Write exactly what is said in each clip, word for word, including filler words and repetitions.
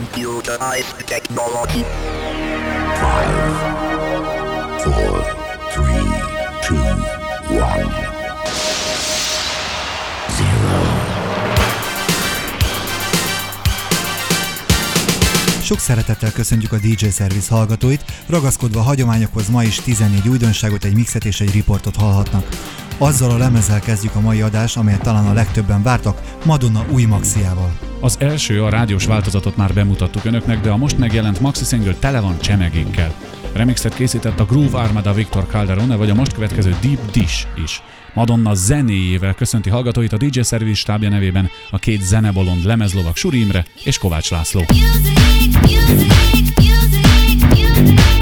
Computerized technology. Five, four, three, two, one, zero. Sok szeretettel köszöntjük a dé dzsé Service hallgatóit, ragaszkodva a hagyományokhoz ma is tizennégy újdonságot, egy mixet és egy riportot hallhatnak. Azzal a lemezzel kezdjük a mai adást, amelyet talán a legtöbben vártak, Madonna új maxiával. Az első, a rádiós változatot már bemutattuk önöknek, de a most megjelent maxi single tele van csemegékkel. Remixet készített a Groove Armada Victor Calderone, vagy a most következő Deep Dish is. Madonna zenéjével köszönti hallgatóit a dé dzsé Service stábja nevében a két zenebolond lemezlovag Suri Imre és Kovács László. Music, music, music, music, music.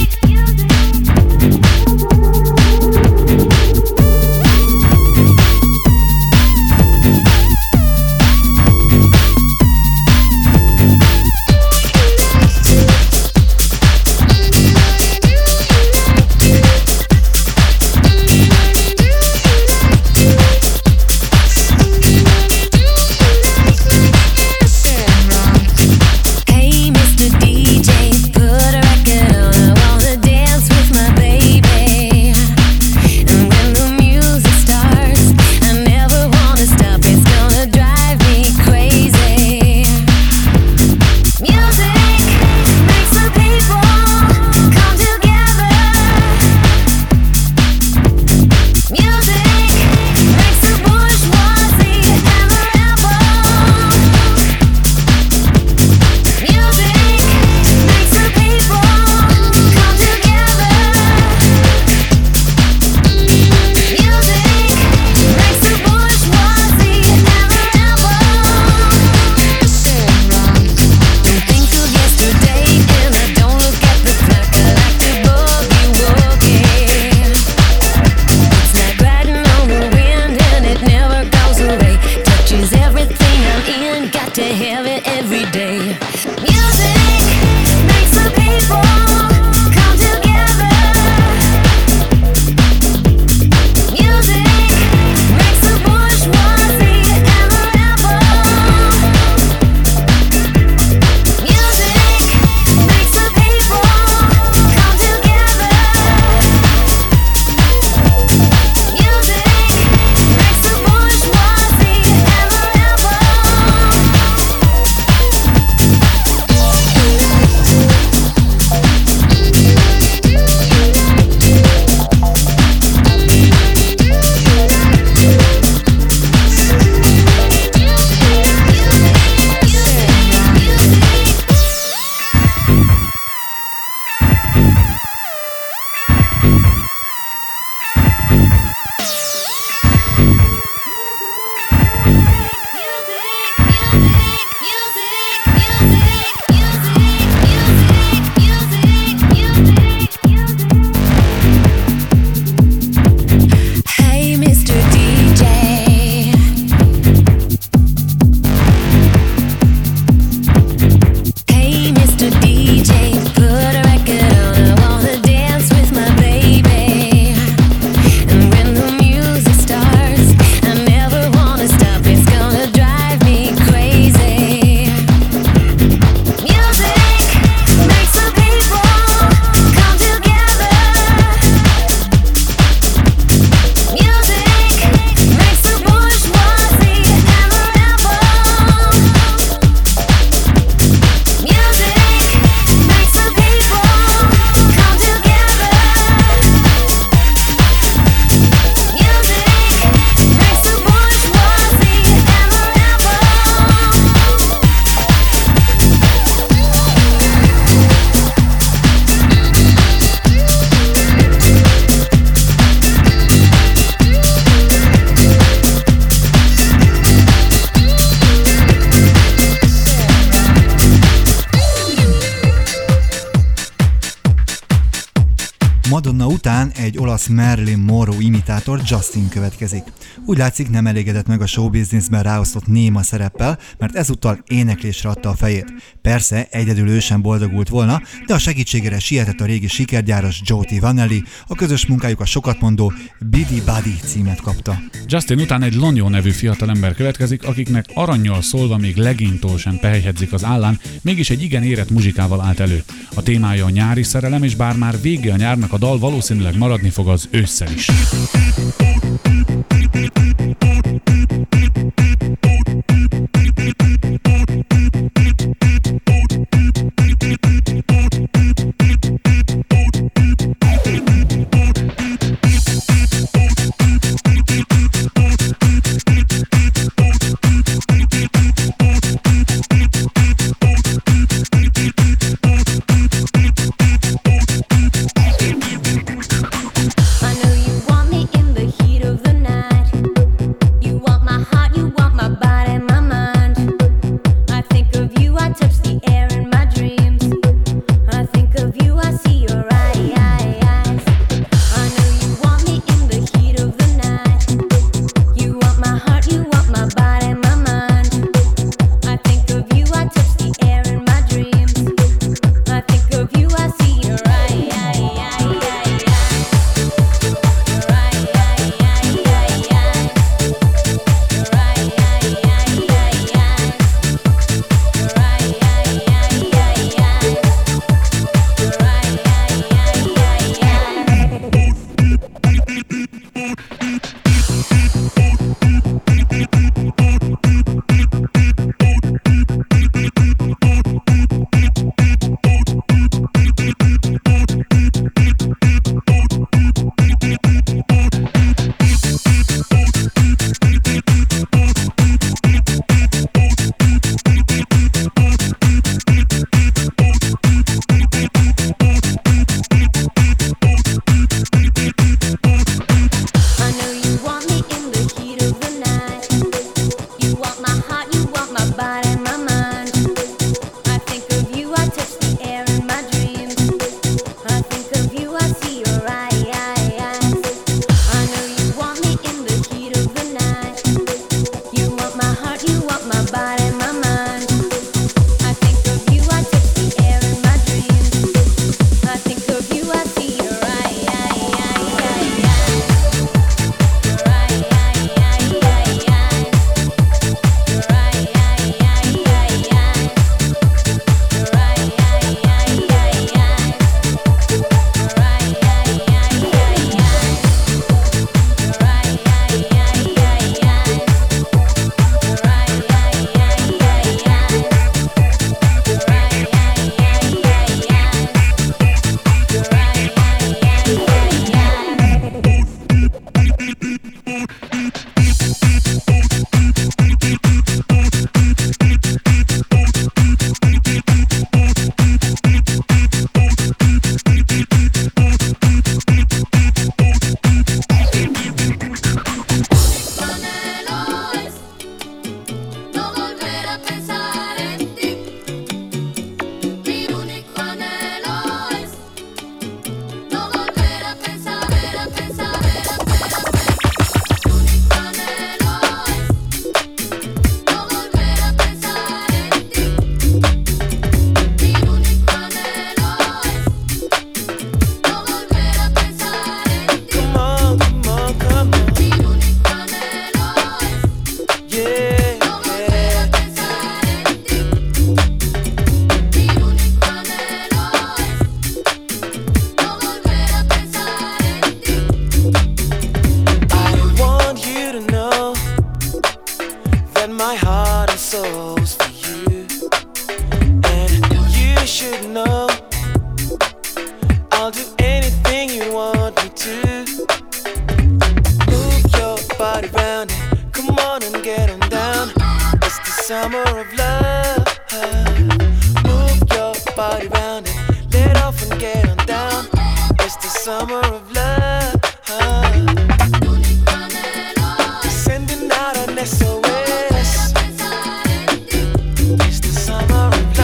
után egy olasz Marilyn Monroe imitátor, Justin következik. Úgy látszik, nem elégedett meg a showbizniszben ráosztott néma szereppel, mert ezúttal éneklésre adta a fejét. Persze, egyedül ő sem boldogult volna, de a segítségére sietett a régi sikergyáros Joe T. Vanelli, a közös munkájuk a sokatmondó Bidi Badi címet kapta. Justin után egy Lonyo nevű fiatalember következik, akiknek arannyal szólva még legénytól sem pehelyhedzik az állán, mégis egy igen érett muzsikával állt elő. A témája a nyári szerelem, és bár már vége a nyárnak, a dal valószínűleg maradni fog az ősszel is.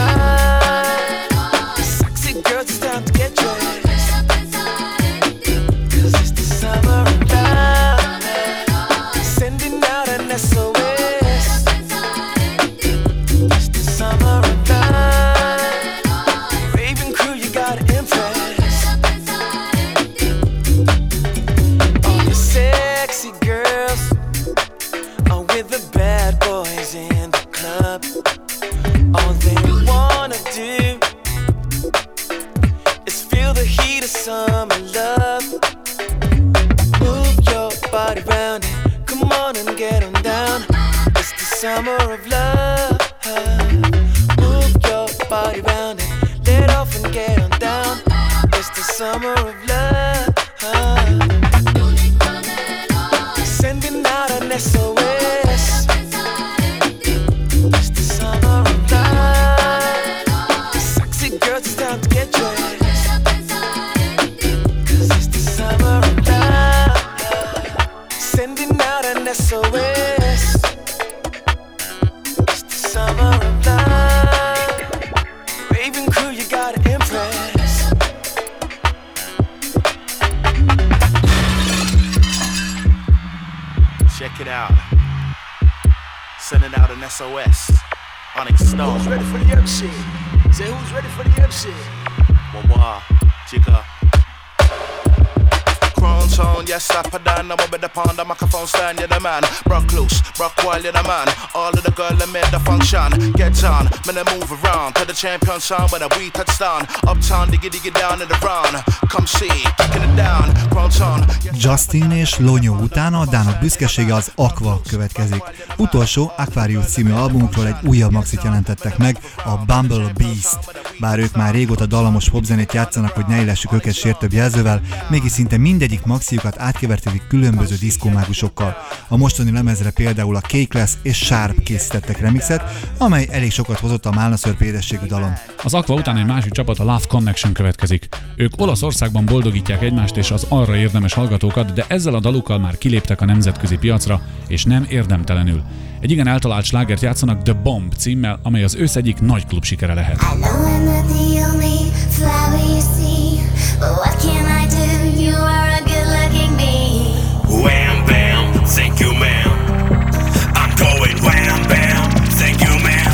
Get dressed. the summer love. Move your body round it. Come on and get on down. It's the summer of love. Move your body round it. Let off and get on down. It's the summer of love. Sending out an S O S. It's the summer of love. Sexy girls, it's time to get dressed. Cause it's the summer of love. Sending out an S O S. It's the summer of love. Raving crew, you gotta impress. Check it out. Sending out an S O S. Onyx Stone. Who's ready for the M C? Say who's ready for the M C? Wawa, Chica. Crown tone, yes, stop a down. I'm over the pond, the microphone stand, you're the man. Brock loose, Brock wild, you're the man. All of the girl that made the function. Get on, man, I move around to the champion sound when we touch down. Uptown, diggy diggy down in the round. Come see, breaking it down. Crown tone. Justin és Lonyo után a dánok büszkesége az Aqua következik. Utolsó Aquarius című albumukról egy újabb maxit jelentettek meg, a Bumble Beast. Bár ők már régóta dallamos popzenét játszanak, hogy ne illessük őket sértőbb jelzővel, mégis szinte mindegyik maxiukat átkevertetik különböző diszkómágusokkal. A mostani lemezre például a Cakeless és Sharp készítettek remixet, amely elég sokat hozott a málnaszörp édességű dalon. Az Aqua után egy másik csapat, a Love Connection következik. Ők Olaszországban boldogítják egymást és az arra érdemes hallgatókat, de ezzel a dalukkal már kiléptek a nemzetközi piacra, és nem érdemtelenül. Egy igen eltalált slágert játszanak, The Bomb címmel, amely az ősz egyik nagy klub sikere lehet. Wham bam, thank you ma'am. I'm going wham bam, thank you ma'am.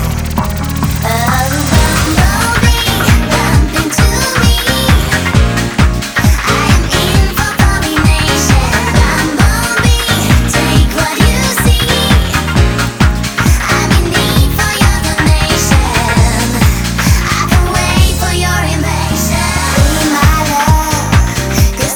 Cause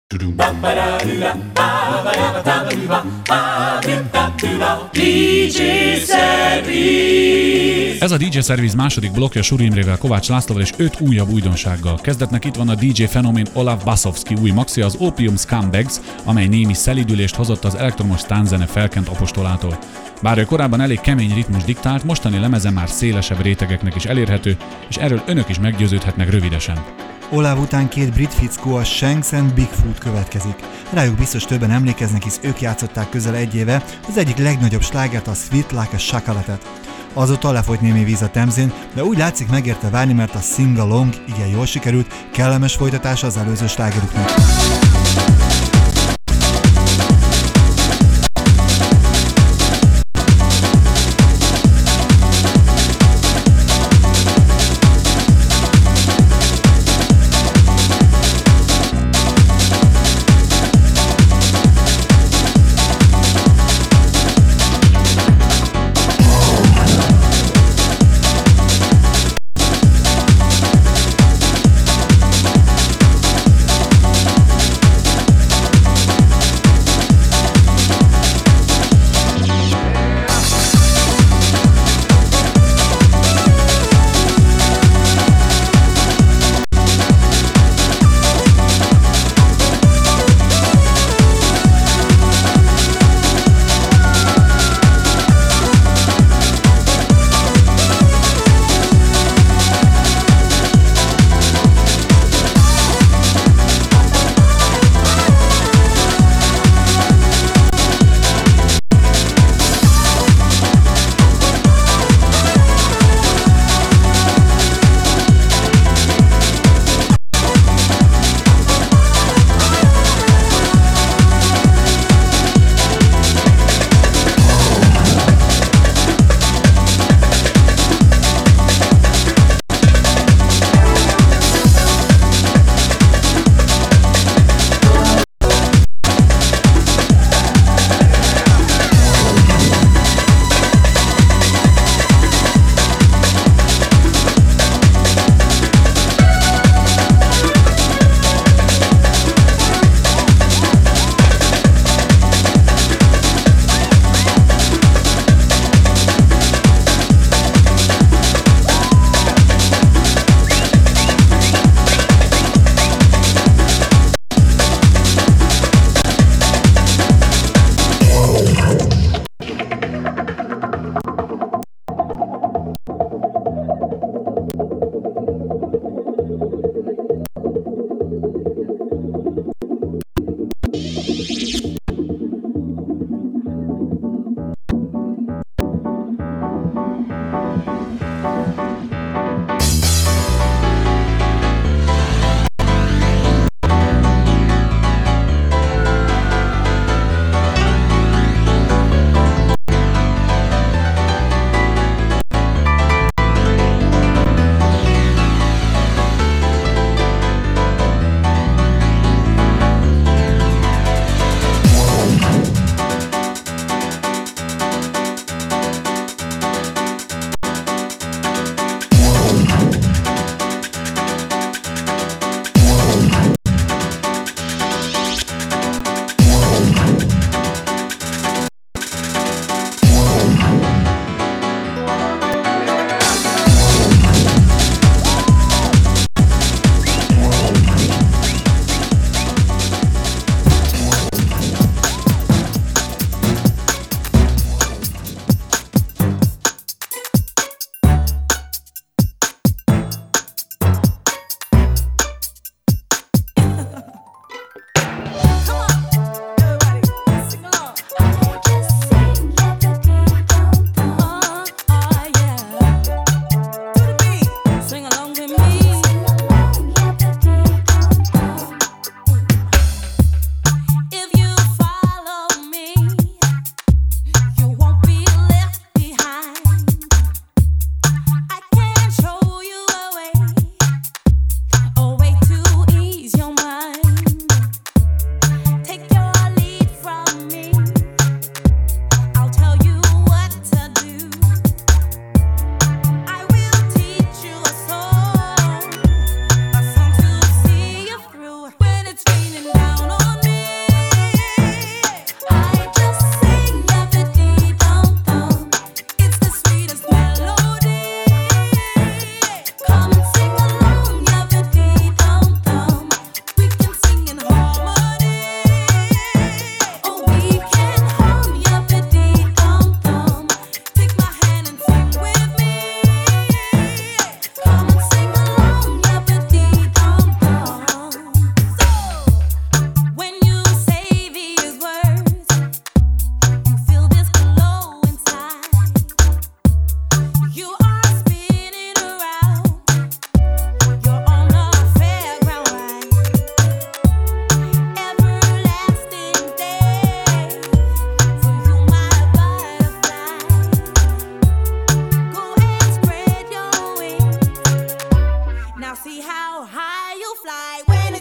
dé dzsé Service. Ez a dé dzsé Service második blokkja Suri Imrével, Kovács Lászlóval és öt újabb újdonsággal. Kezdetnek itt van a dé dzsé fenomén Olaf Basowski új maxi, az Opium Scumbags, amely némi szelídülést hozott az elektromos tánzene felkent apostolától. Bár ő korábban elég kemény ritmus diktált, mostani lemeze már szélesebb rétegeknek is elérhető, és erről önök is meggyőződhetnek rövidesen. Olaf után két brit fickó, a Shanks and Bigfoot következik. Rájuk biztos többen emlékeznek, hisz ők játszották közel egy éve az egyik legnagyobb slágert, a Sweet Like a Chocolate-et. Azóta lefolyt némi víz a Temzén, de úgy látszik megérte várni, mert a Sing Along igen jól sikerült, kellemes folytatása az előző slágerüknek.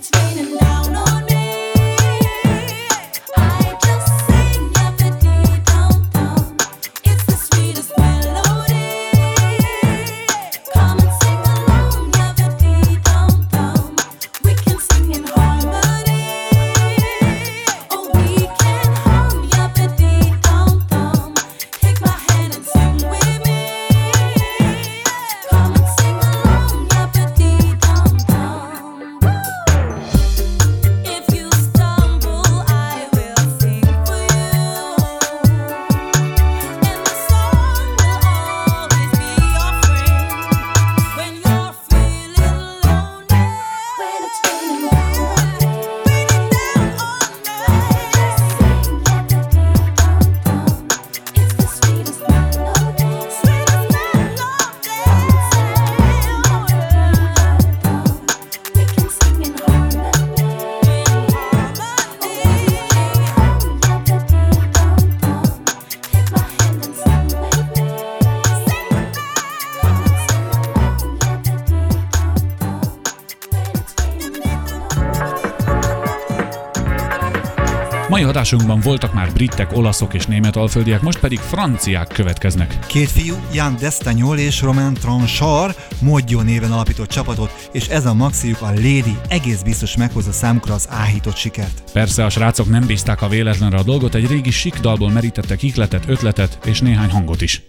Mai adásunkban voltak már britek, olaszok és német alföldiek, most pedig franciák következnek. Két fiú, Jan Destagnol és Romain Tranchard Moggio néven alapított csapatot, és ez a maxiuk, a Lady egész biztos meghozza számukra az áhított sikert. Persze a srácok nem bízták a véletlenre a dolgot, egy régi sik dalból merítettek ihletet, ötletet és néhány hangot is.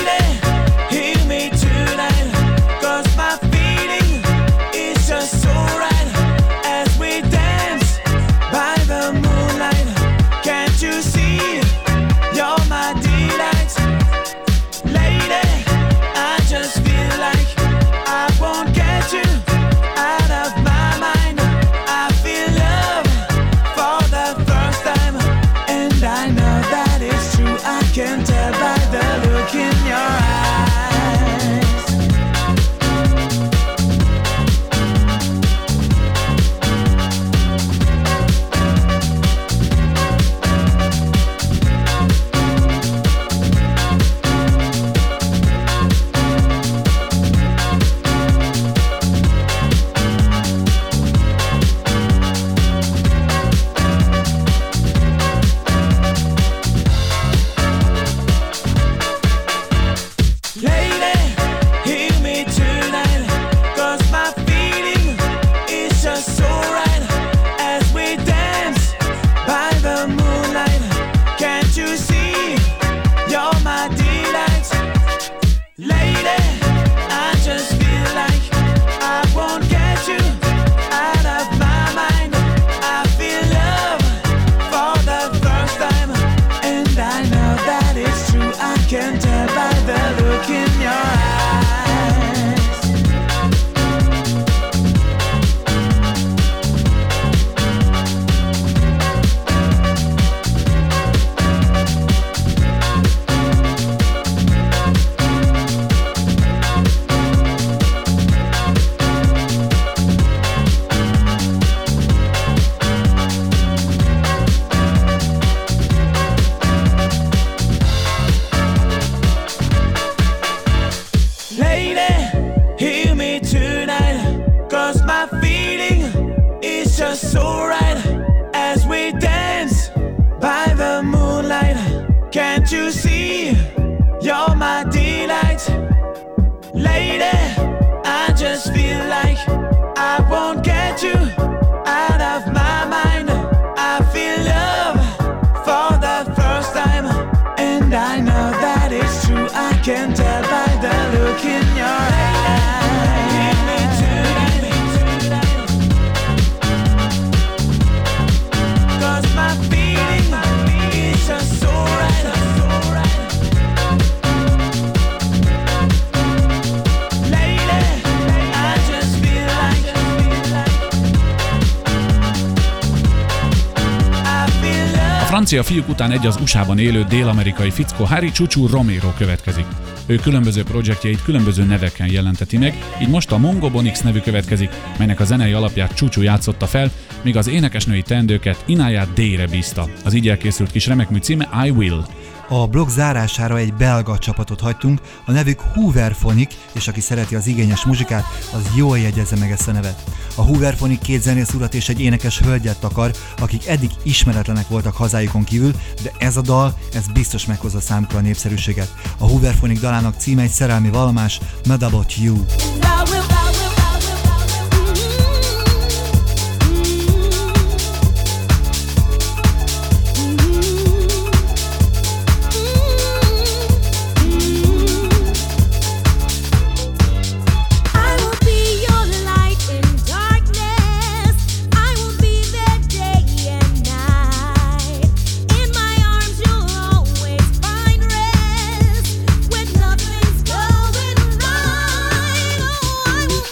Francia fiúk után egy az u es á-ban élő dél-amerikai fickó, Harry Chuchu Romero következik. Ő különböző projektjeit különböző neveken jelenteti meg, így most a Mongobonix nevű következik, melynek a zenei alapját Chuchu játszotta fel, míg az énekesnői teendőket Inaya Day-re bízta. Az így elkészült kis remekmű címe I Will. A blog zárására egy belga csapatot hagytunk, a nevük Hooverphonic, és aki szereti az igényes muzsikát, az jól jegyezze meg ezt a nevet. A Hooverphonic két zenész urat és egy énekes hölgyet takar, akik eddig ismeretlenek voltak hazájukon kívül, de ez a dal, ez biztos meghozza számukra a népszerűséget. A Hooverphonic dalának címe egy szerelmi vallomás, Mad About You. Going right, oh, I will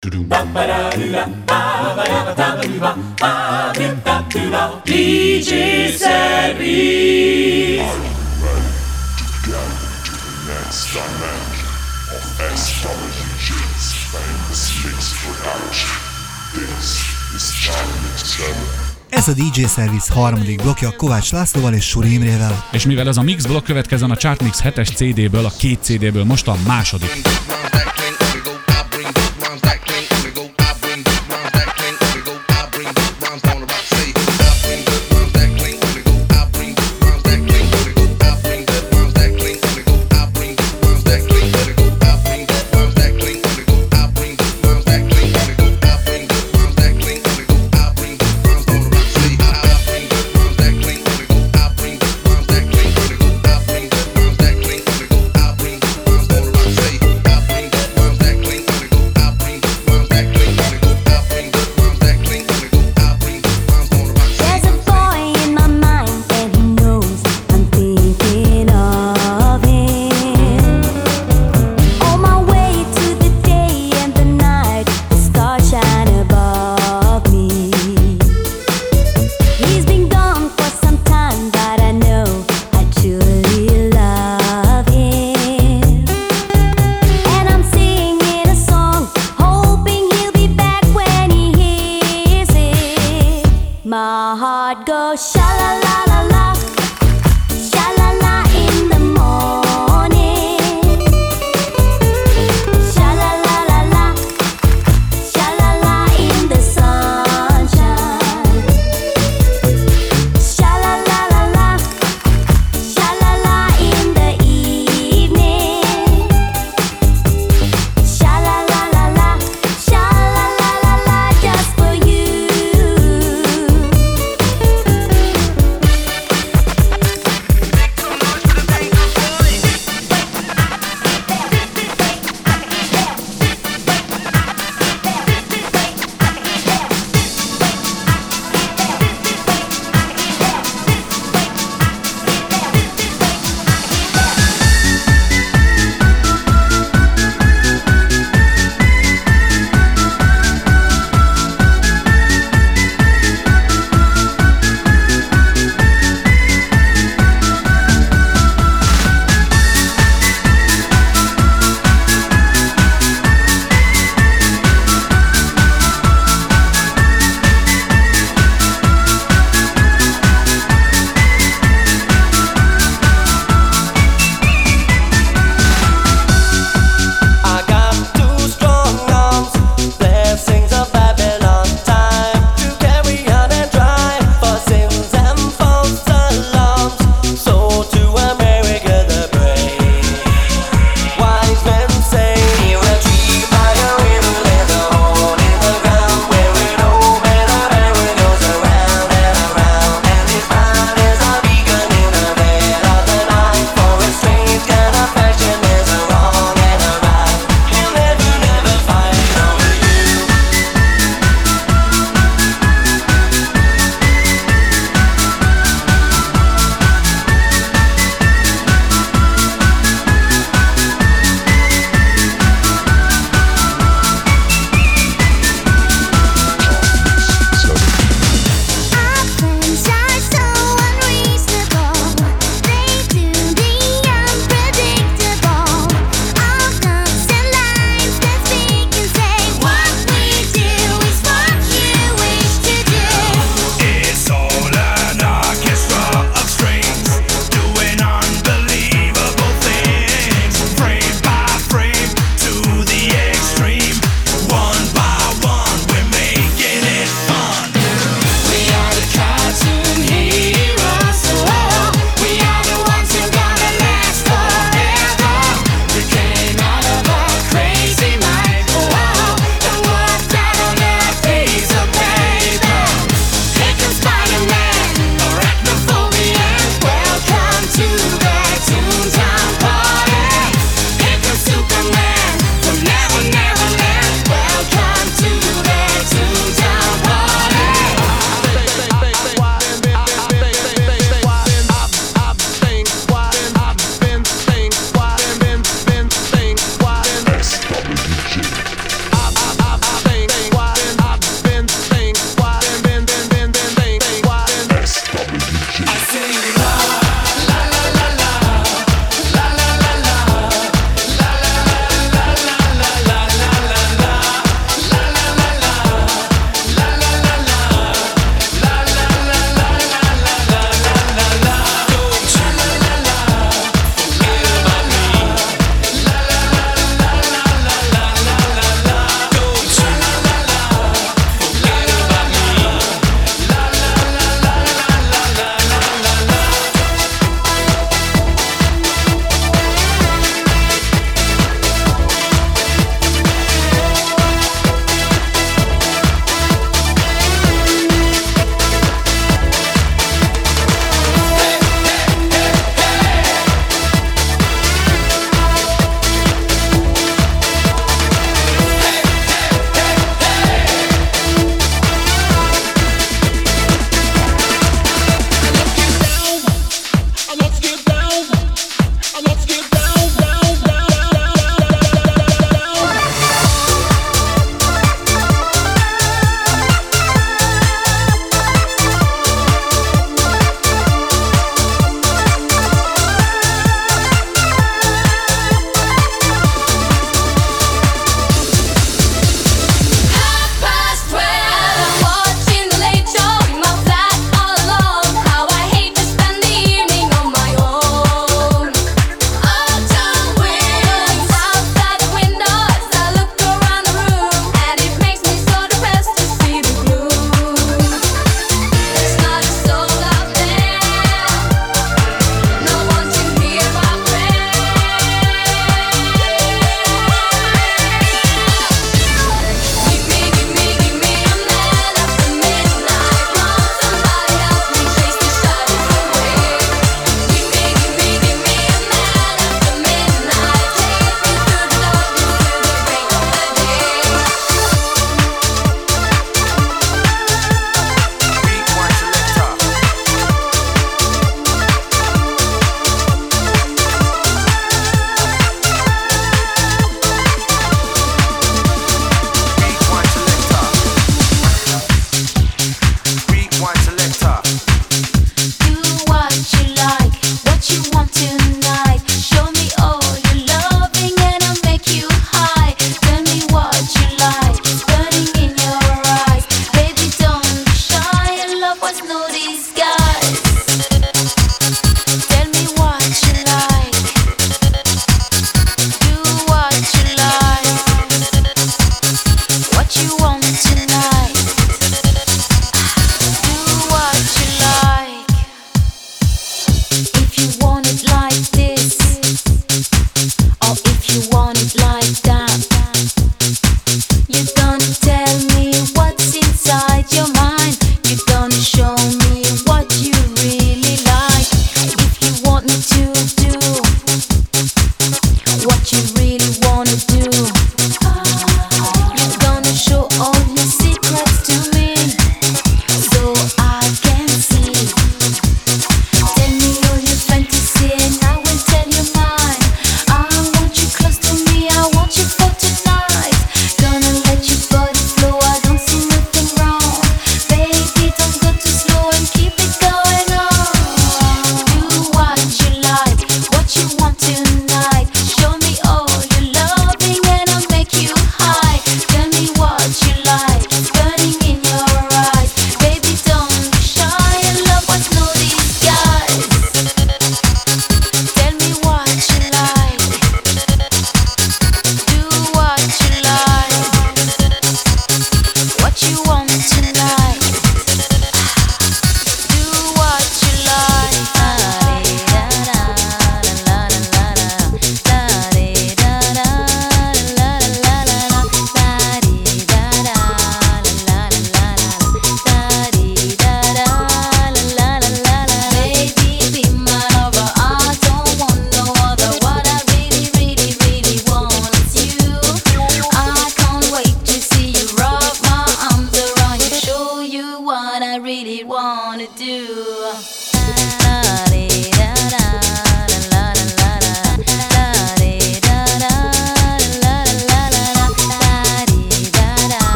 dé jé Szerviz. Next dimension of S W G's famous mix production. This is Charmix seven. Ez a dé jé Szerviz harmadik blokja Kovács Lászlóval és Suri Imrével. És mivel ez a mix blokk következzen a Chartmix hetes cé déből, a két cé déből most a második.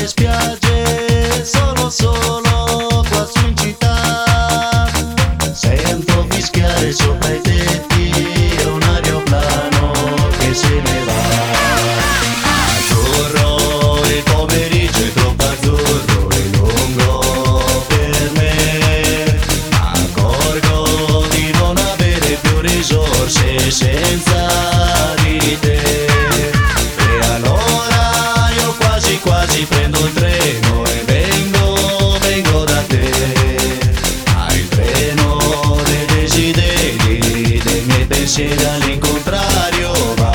le spiagge, solo solo qua su in città. Sento fischiare sopra i tetti un aeroplano che se ne va. Azzurro, il pomeriggio è troppo azzurro e lungo per me. Accorgo di non avere più risorse senza di te. E allora io quasi quasi prendo il treno e vengo, vengo da te. Hai il treno dei desideri, dei miei pensieri all'incontrario va.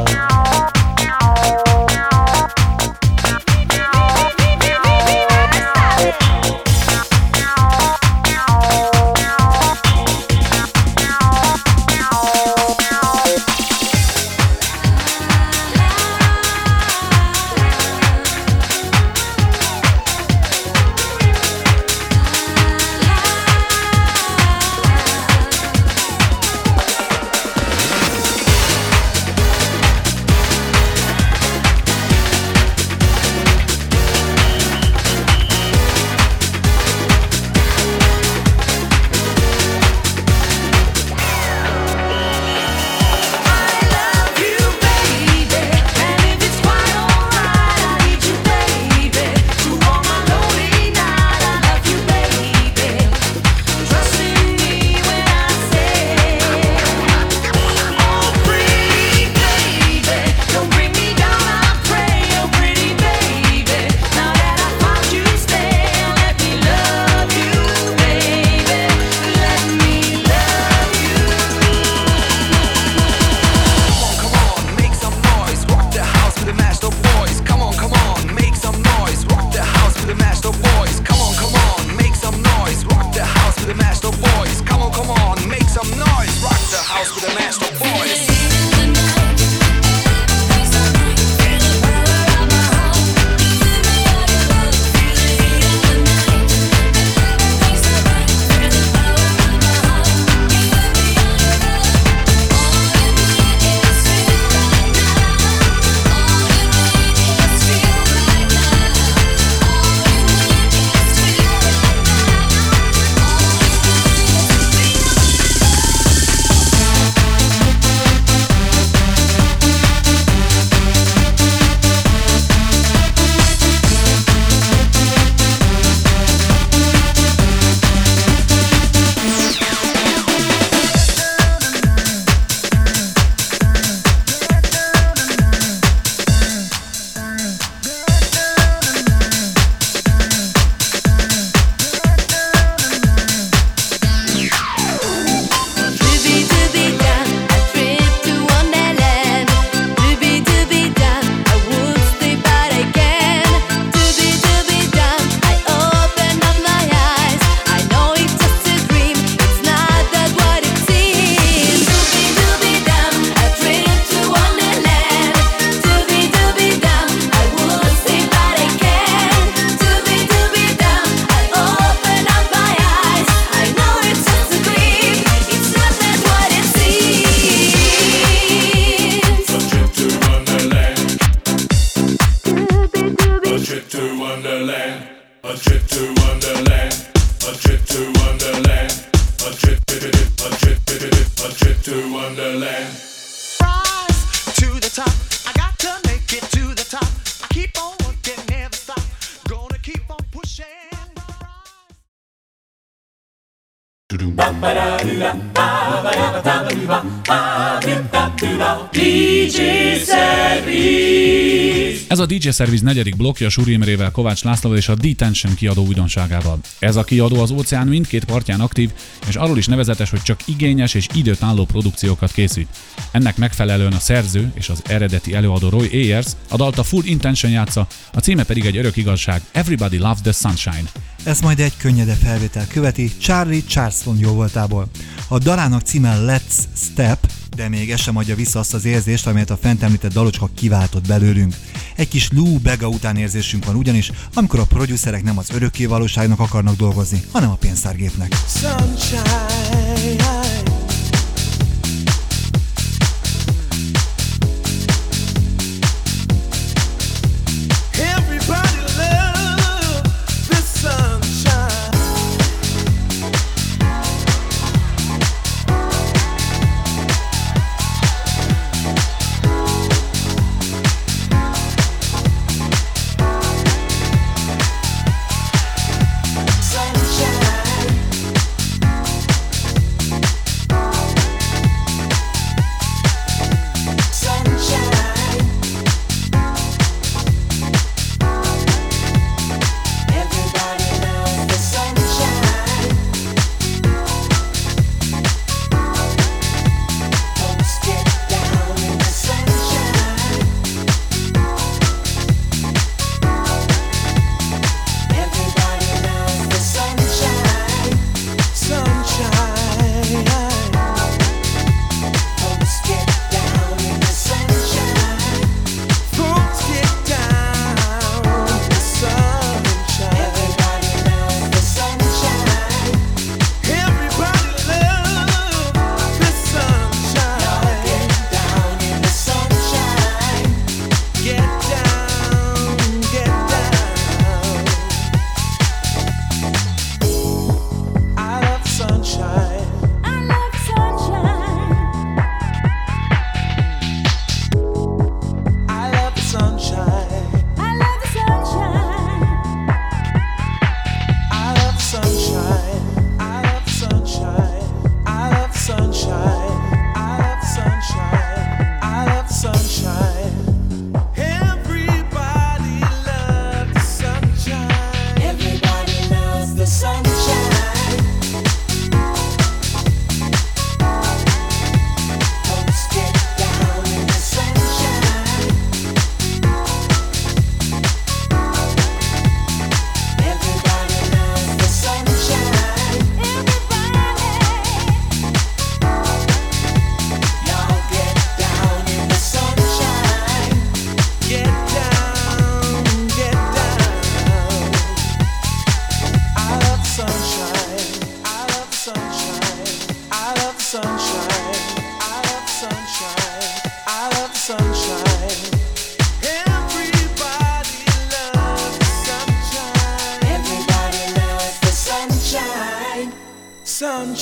dé dzsé Service. Ez a dé dzsé Service negyedik blokkja Suri Imrével, Kovács Lászlóval és a D-Tension kiadó újdonságával. Ez a kiadó az óceán mindkét partján aktív, és arról is nevezetes, hogy csak igényes és időtálló produkciókat készít. Ennek megfelelően a szerző és az eredeti előadó Roy Ayers a dalt a Full Intention játsza, a címe pedig egy örök igazság, Everybody Loves the Sunshine. Ez majd egy könnyedebb felvétel követi Charlie Charleston jóvoltából. A dalának címe Let's Step, de még ez sem adja vissza azt az érzést, amelyet a fent említett dalocska kiváltott belőlünk. Egy kis Lou Bega utánérzésünk van ugyanis, amikor a producerek nem az örökké valóságnak akarnak dolgozni, hanem a pénztárgépnek. Sunshine. Everybody loves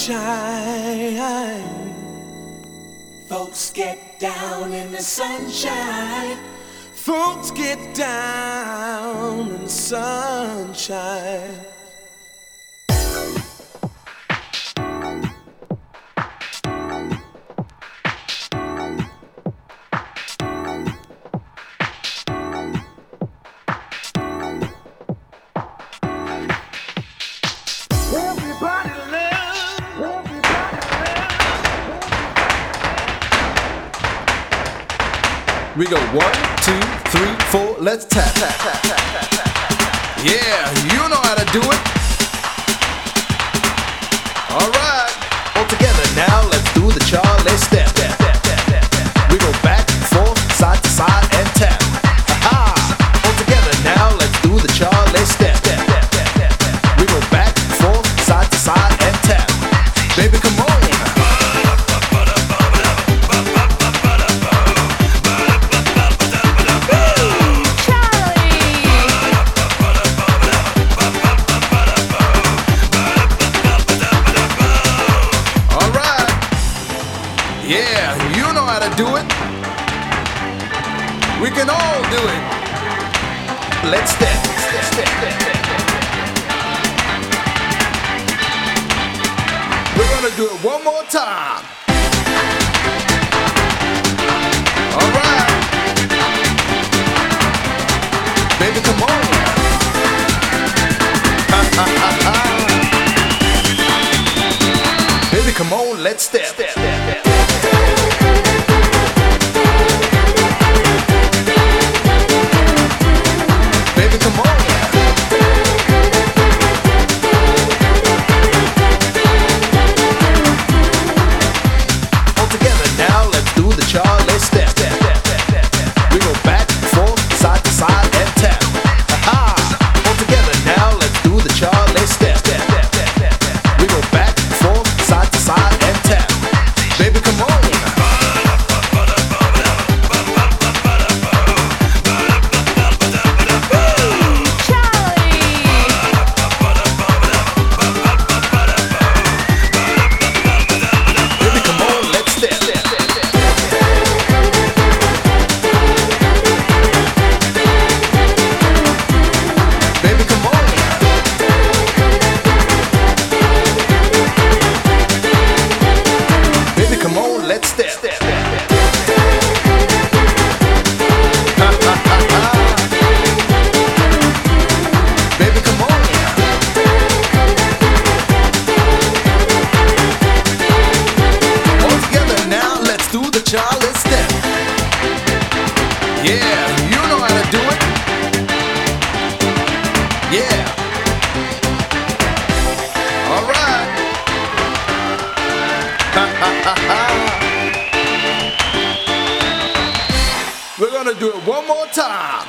sunshine. Folks get down in the sunshine. Folks get down in the sunshine. We go one, two, three, four, let's tap, tap, tap, tap, tap, tap. Yeah, you know how to do it. Alright, all together now, let's do the Charlie step. We go back, forth, side to side, and tap. Ha-ha! All together now, let's do the Charlie step. We go back, forth, side to side, and tap. Baby, come on. Yeah, you know how to do it. We can all do it. Let's step, step, step, step, step. We're gonna do it one more time. All right. Baby, come on. Ha, ha, ha, ha. Baby, come on, let's step. step, step, step. Baby, come on. All together now, let's do the Charlie step. We go back, forth, side to side, and tap. Ha-ha! All together now, let's do the Charlie step. We go back, forth, side to side, and tap. Baby, come on. Let's step. Ha, ha, ha, ha. Baby, come on. All together now, let's do the Charlie step. Yeah, you know how to do it. Yeah. All right. Ha, ha, ha, ha. We're gonna do it one more time.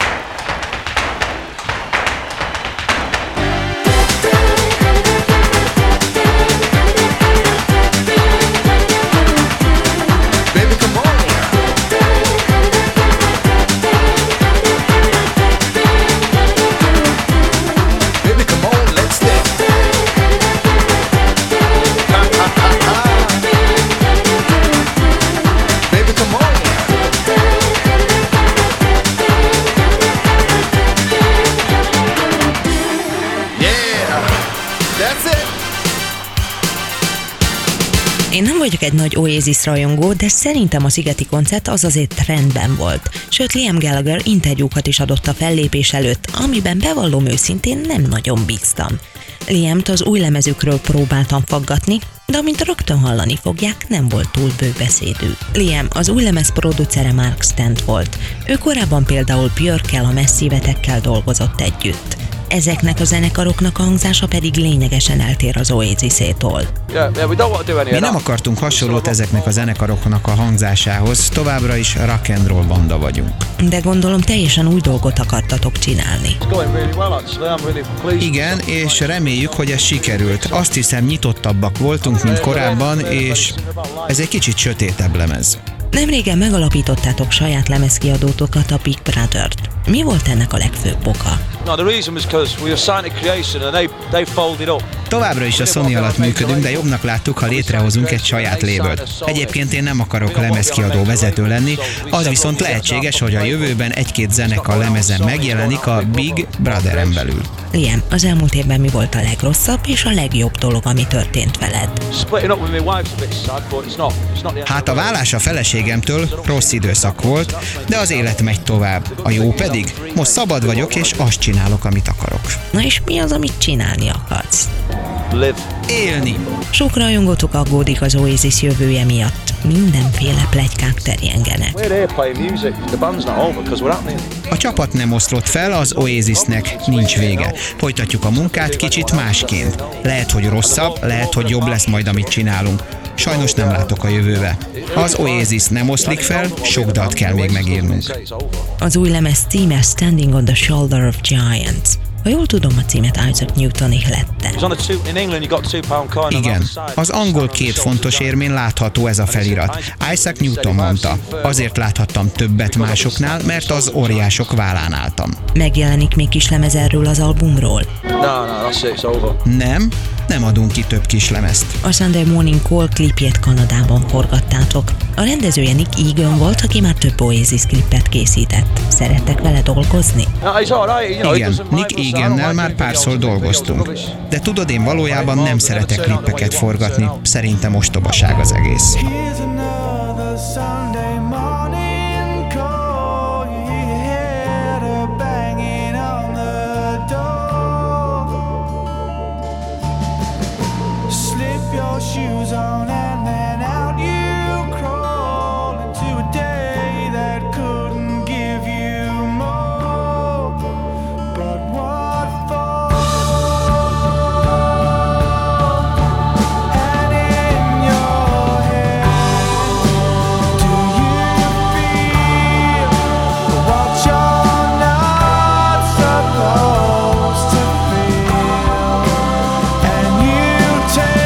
Baby, come on. Baby, come on, let's step. Ha, ha, ha, ha. Baby, come on. Én nem vagyok egy nagy Oasis rajongó, de szerintem a szigeti koncert az azért trendben volt. Sőt, Liam Gallagher interjúkat is adott a fellépés előtt, amiben bevallom őszintén nem nagyon bíztam. Liamt az új lemezükről próbáltam faggatni, de amint rögtön hallani fogják, nem volt túl bőbeszédű. Liam az új lemez producere Mark Stent volt. Ő korábban például Björkkel, a Massive-ekkel dolgozott együtt. Ezeknek a zenekaroknak a hangzása pedig lényegesen eltér az Oasis-étól. Mi nem akartunk hasonlót ezeknek a zenekaroknak a hangzásához, továbbra is rock and roll banda vagyunk. De gondolom teljesen új dolgot akartatok csinálni. Igen, és reméljük, hogy ez sikerült. Azt hiszem, nyitottabbak voltunk, mint korábban, és ez egy kicsit sötétebb lemez. Nemrégen megalapítottátok saját lemezkiadótokat, a Big Brothert. Mi volt ennek a legfőbb oka? No, the reason was because we were signed to Creation and they they folded up. Továbbra is a Sony alatt működünk, de jobbnak láttuk, ha létrehozunk egy saját labelt. Egyébként én nem akarok lemezkiadó vezető lenni, az viszont lehetséges, hogy a jövőben egy-két zenekar lemezen megjelenik a Big Brotheren belül. Liam, az elmúlt évben mi volt a legrosszabb és a legjobb dolog, ami történt veled? Hát a vállás a feleségemtől rossz időszak volt, de az élet megy tovább. A jó pedig, most szabad vagyok és azt csinálok, amit akarok. Na és mi az, amit csinálni akarsz? Élni. Sok rajongótok aggódik az Oasis jövője miatt. Mindenféle pletykák terjengenek. A csapat nem oszlott fel, az Oasisnek nincs vége. Folytatjuk a munkát kicsit másként. Lehet, hogy rosszabb, lehet, hogy jobb lesz majd, amit csinálunk. Sajnos nem látok a jövőbe. Ha az Oasis nem oszlik fel, sok dalt kell még megírnunk. Az új lemez címe Standing on the Shoulder of Giants. Ha jól tudom, a címet Isaac Newton ihlette. Igen, az angol két fontos érmén látható ez a felirat. Isaac Newton mondta. Azért láthattam többet másoknál, mert az óriások vállán álltam. Megjelenik még kislemez erről az albumról? Nem, nem adunk ki több kislemezt. A Sunday Morning Call klipjét Kanadában forgattátok. A rendezője Nick Egan volt, aki már több Oasis klippet készített. Szerettek vele dolgozni? Igen, Nick Egannel már párszor dolgoztunk. De tudod, én valójában nem szeretek klippeket forgatni. Szerintem ostobaság az egész. Shoes on and then out you crawl into a day that couldn't give you more. But what for? And in your head, do you feel what you're not supposed to feel? And you take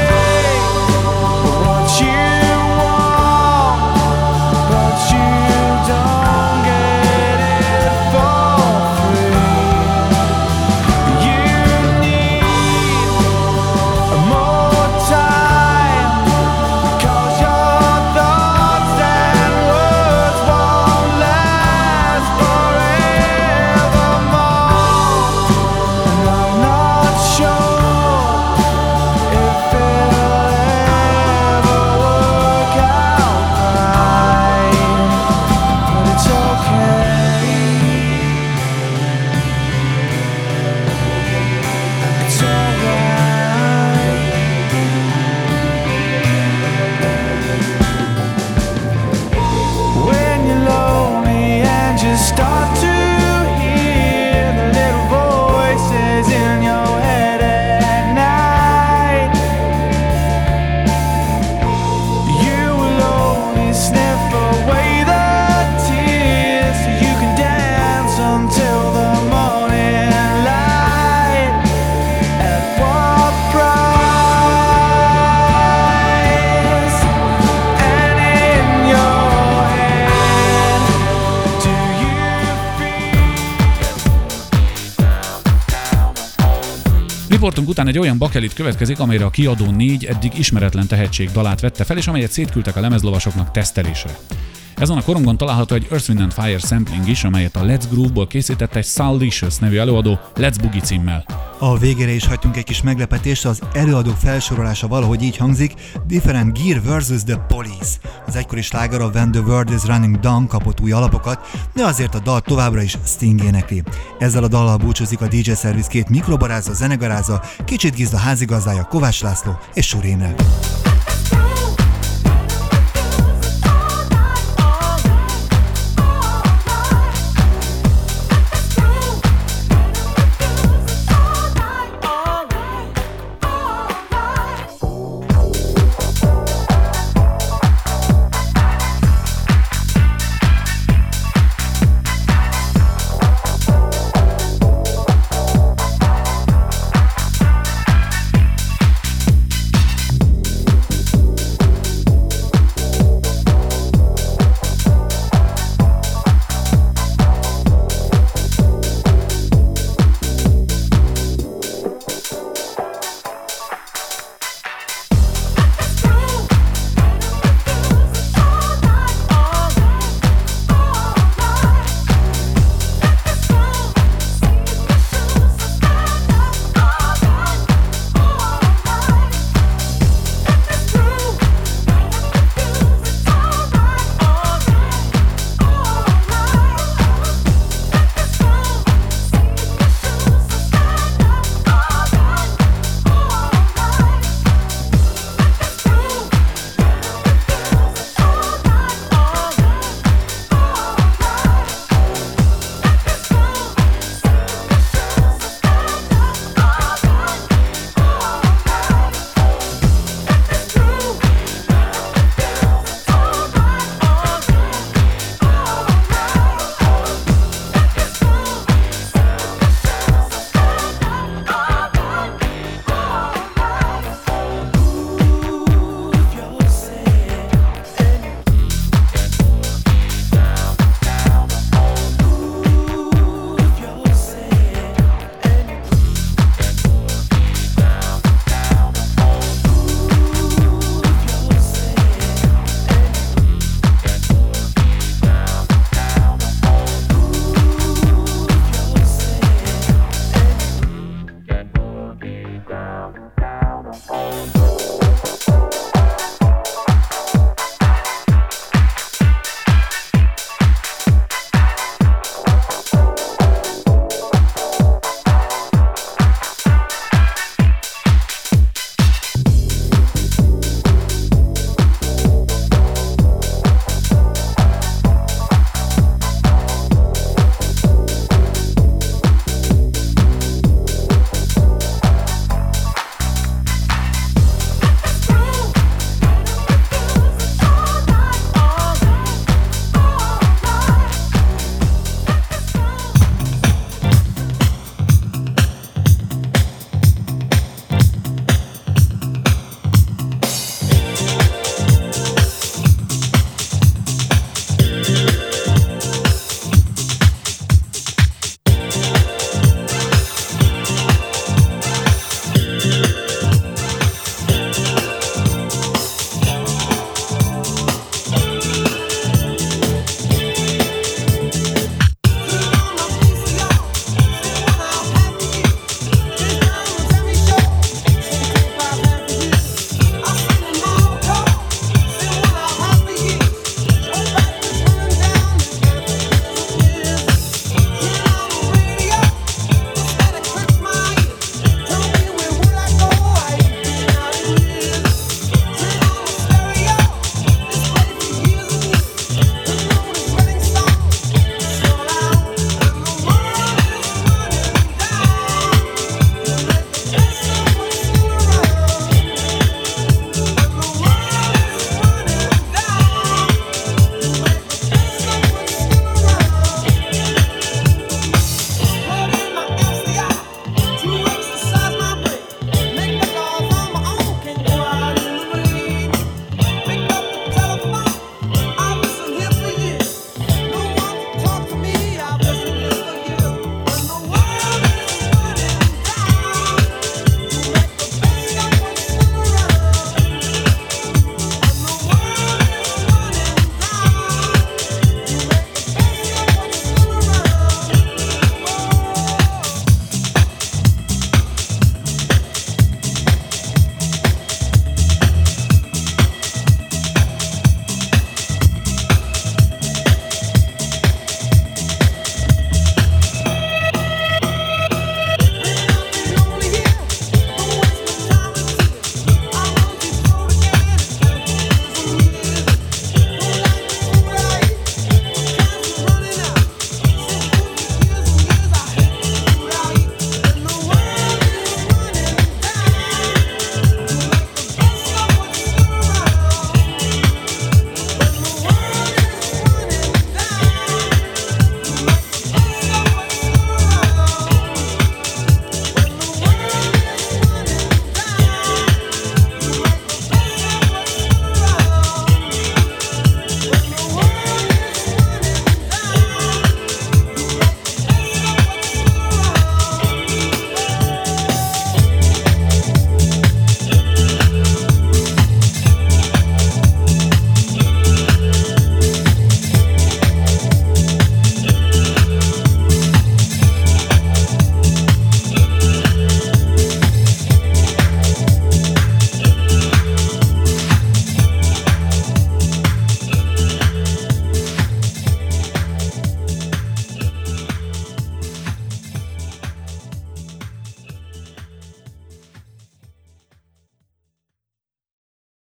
Riportunk után egy olyan bakelit következik, amelyre a kiadó négy eddig ismeretlen tehetség dalát vette fel, és amelyet szétküldtek a lemezlovasoknak tesztelésre. Ezen a korongon található egy Earth, Wind and Fire sampling is, amelyet a Let's Groove-ból készített egy Soundlicious nevű előadó Let's Boogie címmel. A végére is hagytunk egy kis meglepetést, az előadók felsorolása valahogy így hangzik: Different Gear versus The Police. Az egykori sláger a When the World is Running Down kapott új alapokat, de azért a dal továbbra is Sting énekli. Ezzel a dallal búcsúzik a dé dzsé Service két mikrobaráza, zenegaráza, kicsit Gizla házigazdája Kovács László és Suri Imre.